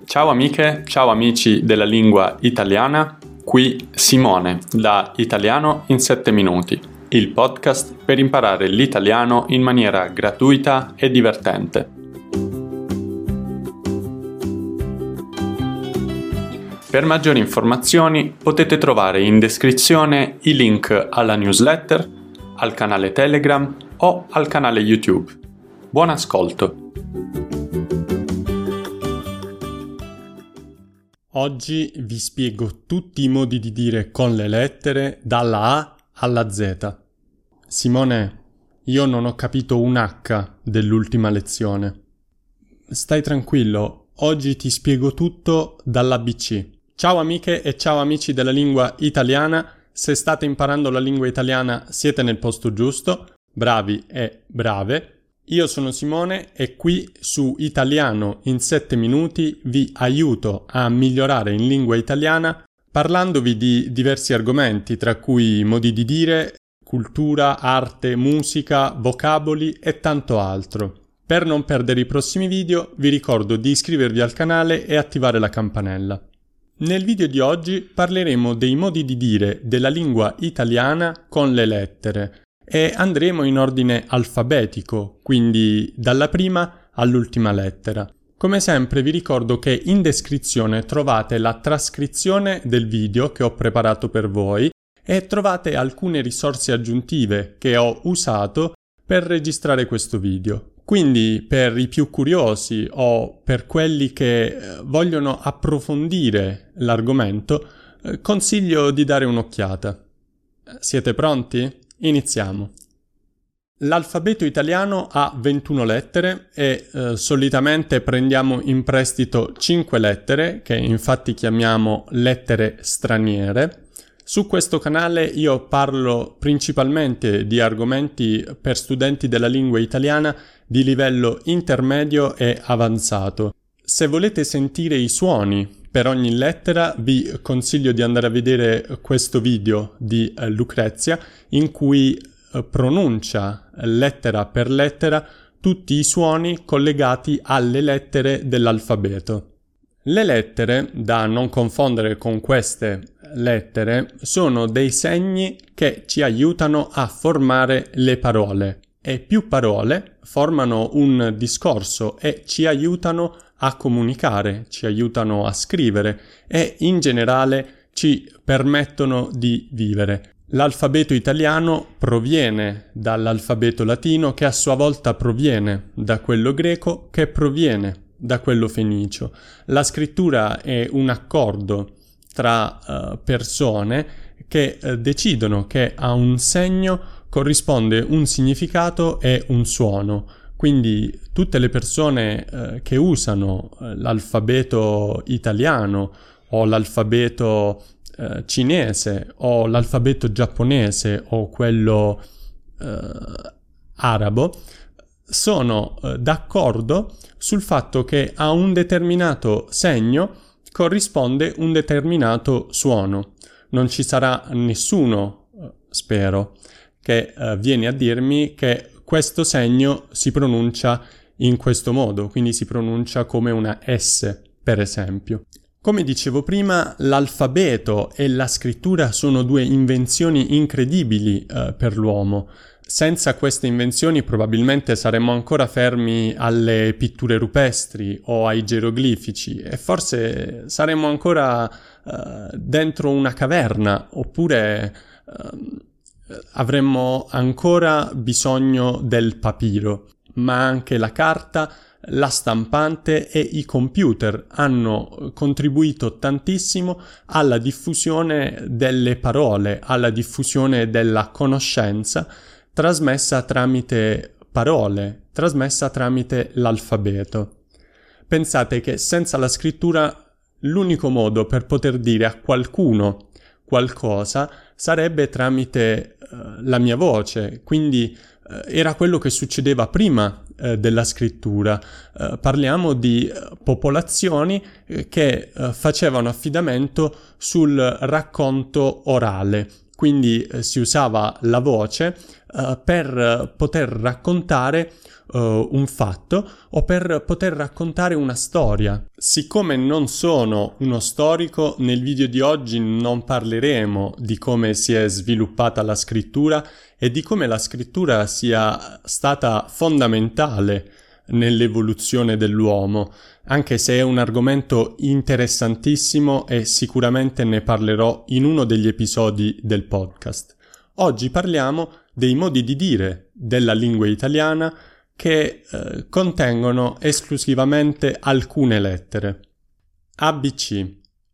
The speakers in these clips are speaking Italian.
Ciao amiche, ciao amici della lingua italiana, qui Simone da Italiano in 7 minuti, il podcast per imparare l'italiano in maniera gratuita e divertente. Per maggiori informazioni potete trovare in descrizione i link alla newsletter, al canale Telegram o al canale YouTube. Buon ascolto! Oggi vi spiego tutti i modi di dire con le lettere dalla A alla Z. Simone, io non ho capito un H dell'ultima lezione. Stai tranquillo, oggi ti spiego tutto dall'ABC. Ciao amiche e ciao amici della lingua italiana. Se state imparando la lingua italiana siete nel posto giusto, bravi e brave. Io sono Simone e qui su Italiano in 7 minuti vi aiuto a migliorare in lingua italiana parlandovi di diversi argomenti, tra cui modi di dire, cultura, arte, musica, vocaboli e tanto altro. Per non perdere i prossimi video vi ricordo di iscrivervi al canale e attivare la campanella. Nel video di oggi parleremo dei modi di dire della lingua italiana con le lettere. E andremo in ordine alfabetico, quindi dalla prima all'ultima lettera. Come sempre vi ricordo che in descrizione trovate la trascrizione del video che ho preparato per voi e trovate alcune risorse aggiuntive che ho usato per registrare questo video. Quindi per i più curiosi o per quelli che vogliono approfondire l'argomento, consiglio di dare un'occhiata. Siete pronti? Iniziamo. L'alfabeto italiano ha 21 lettere e solitamente prendiamo in prestito 5 lettere, che infatti chiamiamo lettere straniere. Su questo canale io parlo principalmente di argomenti per studenti della lingua italiana di livello intermedio e avanzato. Se volete sentire i suoni per ogni lettera vi consiglio di andare a vedere questo video di Lucrezia in cui pronuncia lettera per lettera tutti i suoni collegati alle lettere dell'alfabeto. Le lettere, da non confondere con queste lettere, sono dei segni che ci aiutano a formare le parole e più parole formano un discorso e ci aiutano a comunicare, ci aiutano a scrivere e in generale ci permettono di vivere. L'alfabeto italiano proviene dall'alfabeto latino che a sua volta proviene da quello greco che proviene da quello fenicio. La scrittura è un accordo tra persone che decidono che a un segno corrisponde un significato e un suono. Quindi tutte le persone che usano l'alfabeto italiano o l'alfabeto cinese o l'alfabeto giapponese o quello arabo sono d'accordo sul fatto che a un determinato segno corrisponde un determinato suono. Non ci sarà nessuno, spero, che viene a dirmi che questo segno si pronuncia in questo modo, quindi si pronuncia come una S, per esempio. Come dicevo prima, l'alfabeto e la scrittura sono due invenzioni incredibili per l'uomo. Senza queste invenzioni probabilmente saremmo ancora fermi alle pitture rupestri o ai geroglifici e forse saremmo ancora dentro una caverna oppure avremmo ancora bisogno del papiro, ma anche la carta, la stampante e i computer hanno contribuito tantissimo alla diffusione delle parole, alla diffusione della conoscenza trasmessa tramite parole, trasmessa tramite l'alfabeto. Pensate che senza la scrittura l'unico modo per poter dire a qualcuno qualcosa sarebbe tramite la mia voce, quindi era quello che succedeva prima della scrittura. Parliamo di popolazioni che facevano affidamento sul racconto orale, quindi si usava la voce per poter raccontare un fatto o per poter raccontare una storia. Siccome non sono uno storico, nel video di oggi non parleremo di come si è sviluppata la scrittura e di come la scrittura sia stata fondamentale nell'evoluzione dell'uomo, anche se è un argomento interessantissimo e sicuramente ne parlerò in uno degli episodi del podcast. Oggi parliamo dei modi di dire della lingua italiana che contengono esclusivamente alcune lettere. ABC.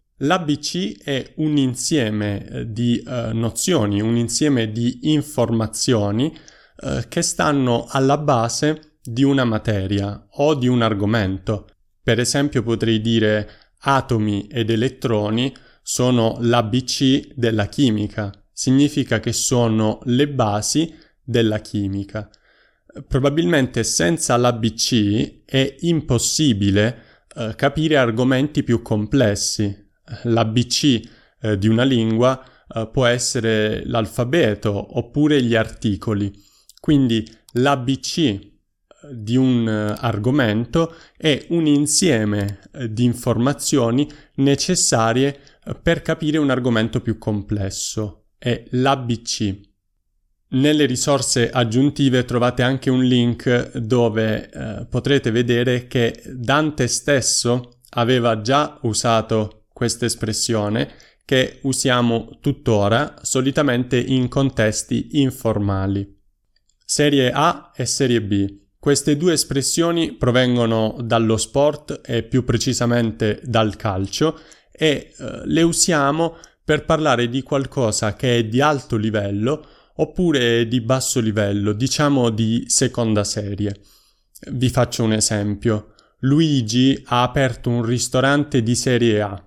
L'ABC è un insieme di nozioni, un insieme di informazioni che stanno alla base di una materia o di un argomento. Per esempio potrei dire atomi ed elettroni sono l'ABC della chimica. Significa che sono le basi della chimica. Probabilmente senza l'ABC è impossibile capire argomenti più complessi. L'ABC di una lingua può essere l'alfabeto oppure gli articoli. Quindi l'ABC di un argomento è un insieme di informazioni necessarie per capire un argomento più complesso. È l'ABC. Nelle risorse aggiuntive trovate anche un link dove potrete vedere che Dante stesso aveva già usato questa espressione che usiamo tuttora, solitamente in contesti informali. Serie A e Serie B. Queste due espressioni provengono dallo sport e più precisamente dal calcio e le usiamo per parlare di qualcosa che è di alto livello oppure di basso livello, diciamo di seconda serie. Vi faccio un esempio. Luigi ha aperto un ristorante di serie A.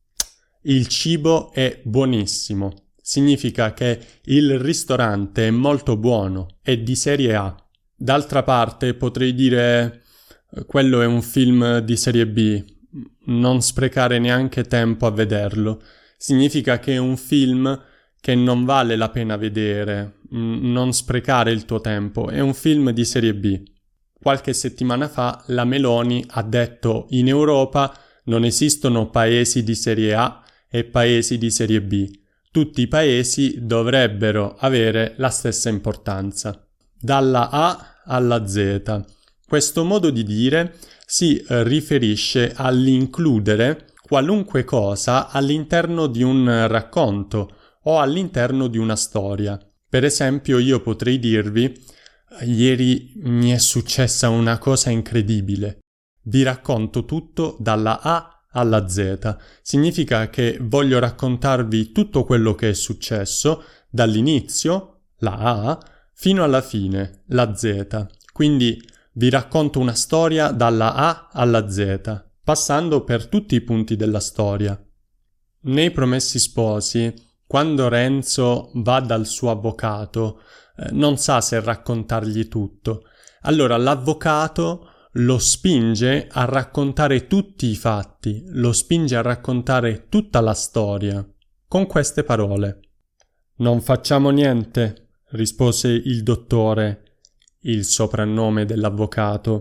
Il cibo è buonissimo. Significa che il ristorante è molto buono, è di serie A. D'altra parte potrei dire quello è un film di serie B. Non sprecare neanche tempo a vederlo. Significa che è un film che non vale la pena vedere, non sprecare il tuo tempo, è un film di serie B. Qualche settimana fa la Meloni ha detto in Europa non esistono paesi di serie A e paesi di serie B. Tutti i paesi dovrebbero avere la stessa importanza. Dalla A alla Z. Questo modo di dire si riferisce all'includere qualunque cosa all'interno di un racconto o all'interno di una storia. Per esempio, io potrei dirvi: ieri mi è successa una cosa incredibile. Vi racconto tutto dalla A alla Z. Significa che voglio raccontarvi tutto quello che è successo dall'inizio, la A, fino alla fine, la Z. Quindi vi racconto una storia dalla A alla Z, passando per tutti i punti della storia. Nei Promessi Sposi, quando Renzo va dal suo avvocato, non sa se raccontargli tutto. Allora l'avvocato lo spinge a raccontare tutti i fatti, lo spinge a raccontare tutta la storia, con queste parole. «Non facciamo niente», rispose il dottore, il soprannome dell'avvocato,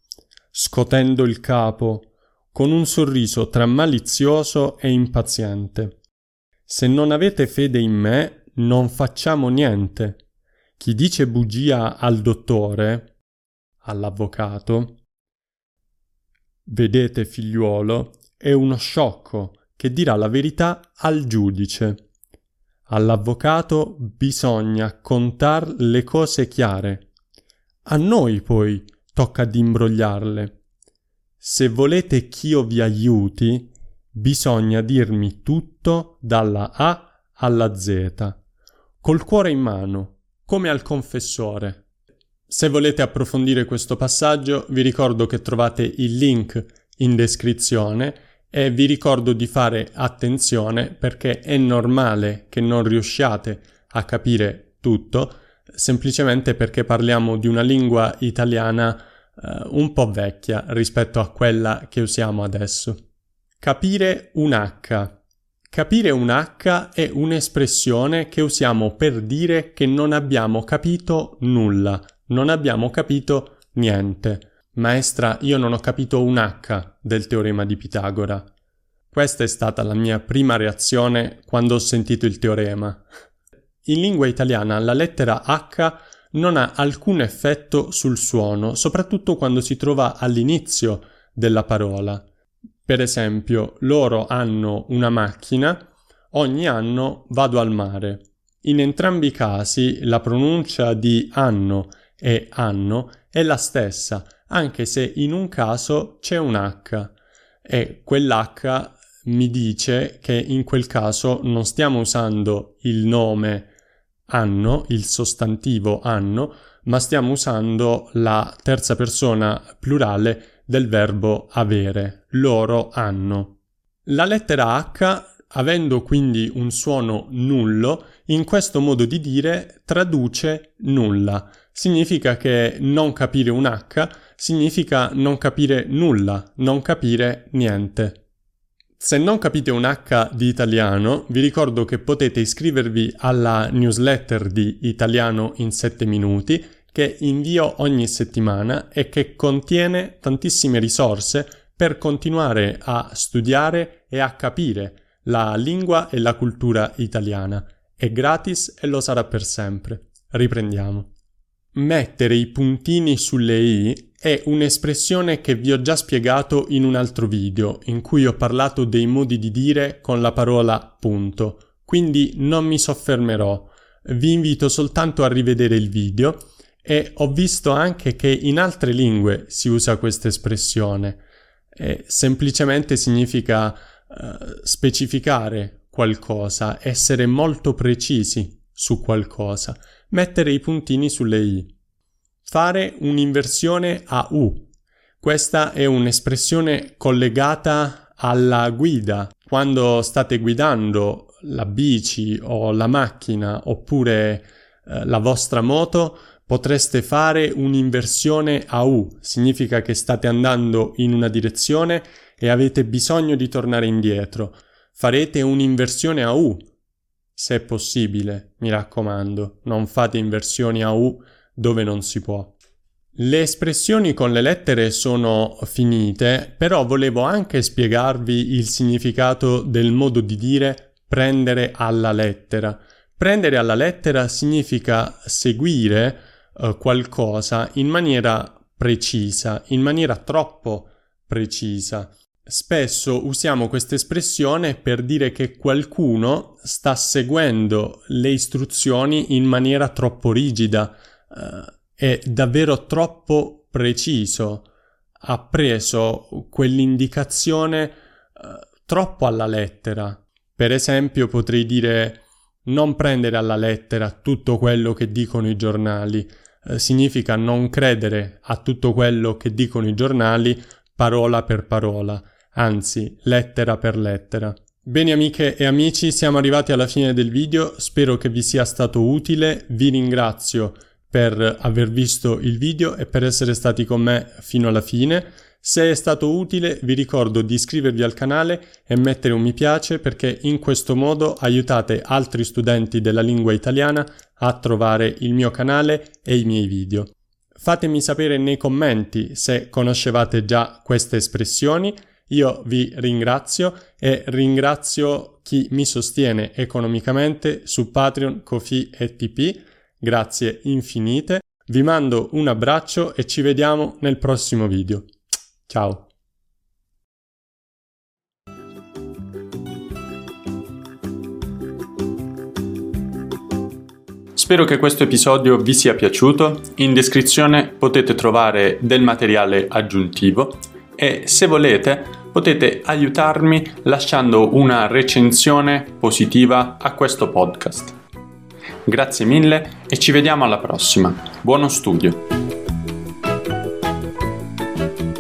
scotendo il capo, con un sorriso tra malizioso e impaziente. «Se non avete fede in me, non facciamo niente. Chi dice bugia al dottore, all'avvocato, vedete figliuolo, è uno sciocco che dirà la verità al giudice. All'avvocato bisogna contar le cose chiare. A noi poi tocca ad imbrogliarle. Se volete ch'io vi aiuti, bisogna dirmi tutto dalla A alla Z, col cuore in mano, come al confessore. Se volete approfondire questo passaggio, vi ricordo che trovate il link in descrizione e vi ricordo di fare attenzione perché è normale che non riusciate a capire tutto, semplicemente perché parliamo di una lingua italiana un po' vecchia rispetto a quella che usiamo adesso. Capire un H. Capire un H è un'espressione che usiamo per dire che non abbiamo capito nulla, non abbiamo capito niente. Maestra, io non ho capito un H del teorema di Pitagora. Questa è stata la mia prima reazione quando ho sentito il teorema. In lingua italiana la lettera H non ha alcun effetto sul suono, soprattutto quando si trova all'inizio della parola. Per esempio, loro hanno una macchina, ogni anno vado al mare. In entrambi i casi la pronuncia di anno e anno è la stessa, anche se in un caso c'è un H e quell'H mi dice che in quel caso non stiamo usando il nome anno, il sostantivo anno, ma stiamo usando la terza persona plurale del verbo avere, loro hanno. La lettera H, avendo quindi un suono nullo, in questo modo di dire traduce nulla. Significa che non capire un H significa non capire nulla, non capire niente. Se non capite un H di italiano, vi ricordo che potete iscrivervi alla newsletter di Italiano in 7 minuti, che invio ogni settimana e che contiene tantissime risorse per continuare a studiare e a capire la lingua e la cultura italiana. È gratis e lo sarà per sempre. Riprendiamo. Mettere i puntini sulle i è un'espressione che vi ho già spiegato in un altro video, in cui ho parlato dei modi di dire con la parola punto, quindi non mi soffermerò. Vi invito soltanto a rivedere il video. E ho visto anche che in altre lingue si usa questa espressione. Semplicemente significa specificare qualcosa, essere molto precisi su qualcosa, mettere i puntini sulle i. Fare un'inversione a U. Questa è un'espressione collegata alla guida. Quando state guidando la bici o la macchina oppure la vostra moto, potreste fare un'inversione a U, significa che state andando in una direzione e avete bisogno di tornare indietro. Farete un'inversione a U, se è possibile, mi raccomando, non fate inversioni a U dove non si può. Le espressioni con le lettere sono finite, però volevo anche spiegarvi il significato del modo di dire prendere alla lettera. Prendere alla lettera significa seguire qualcosa in maniera precisa, in maniera troppo precisa. Spesso usiamo questa espressione per dire che qualcuno sta seguendo le istruzioni in maniera troppo rigida, è davvero troppo preciso, ha preso quell'indicazione troppo alla lettera. Per esempio potrei dire: non prendere alla lettera tutto quello che dicono i giornali. Significa non credere a tutto quello che dicono i giornali parola per parola, anzi lettera per lettera. Bene amiche e amici, siamo arrivati alla fine del video, spero che vi sia stato utile, vi ringrazio per aver visto il video e per essere stati con me fino alla fine. Se è stato utile vi ricordo di iscrivervi al canale e mettere un mi piace, perché in questo modo aiutate altri studenti della lingua italiana a trovare il mio canale e i miei video. Fatemi sapere nei commenti se conoscevate già queste espressioni. Io vi ringrazio e ringrazio chi mi sostiene economicamente su Patreon, Ko-fi e TP. Grazie infinite. Vi mando un abbraccio e ci vediamo nel prossimo video. Ciao! Spero che questo episodio vi sia piaciuto. In descrizione potete trovare del materiale aggiuntivo e se volete potete aiutarmi lasciando una recensione positiva a questo podcast. Grazie mille e ci vediamo alla prossima. Buono studio!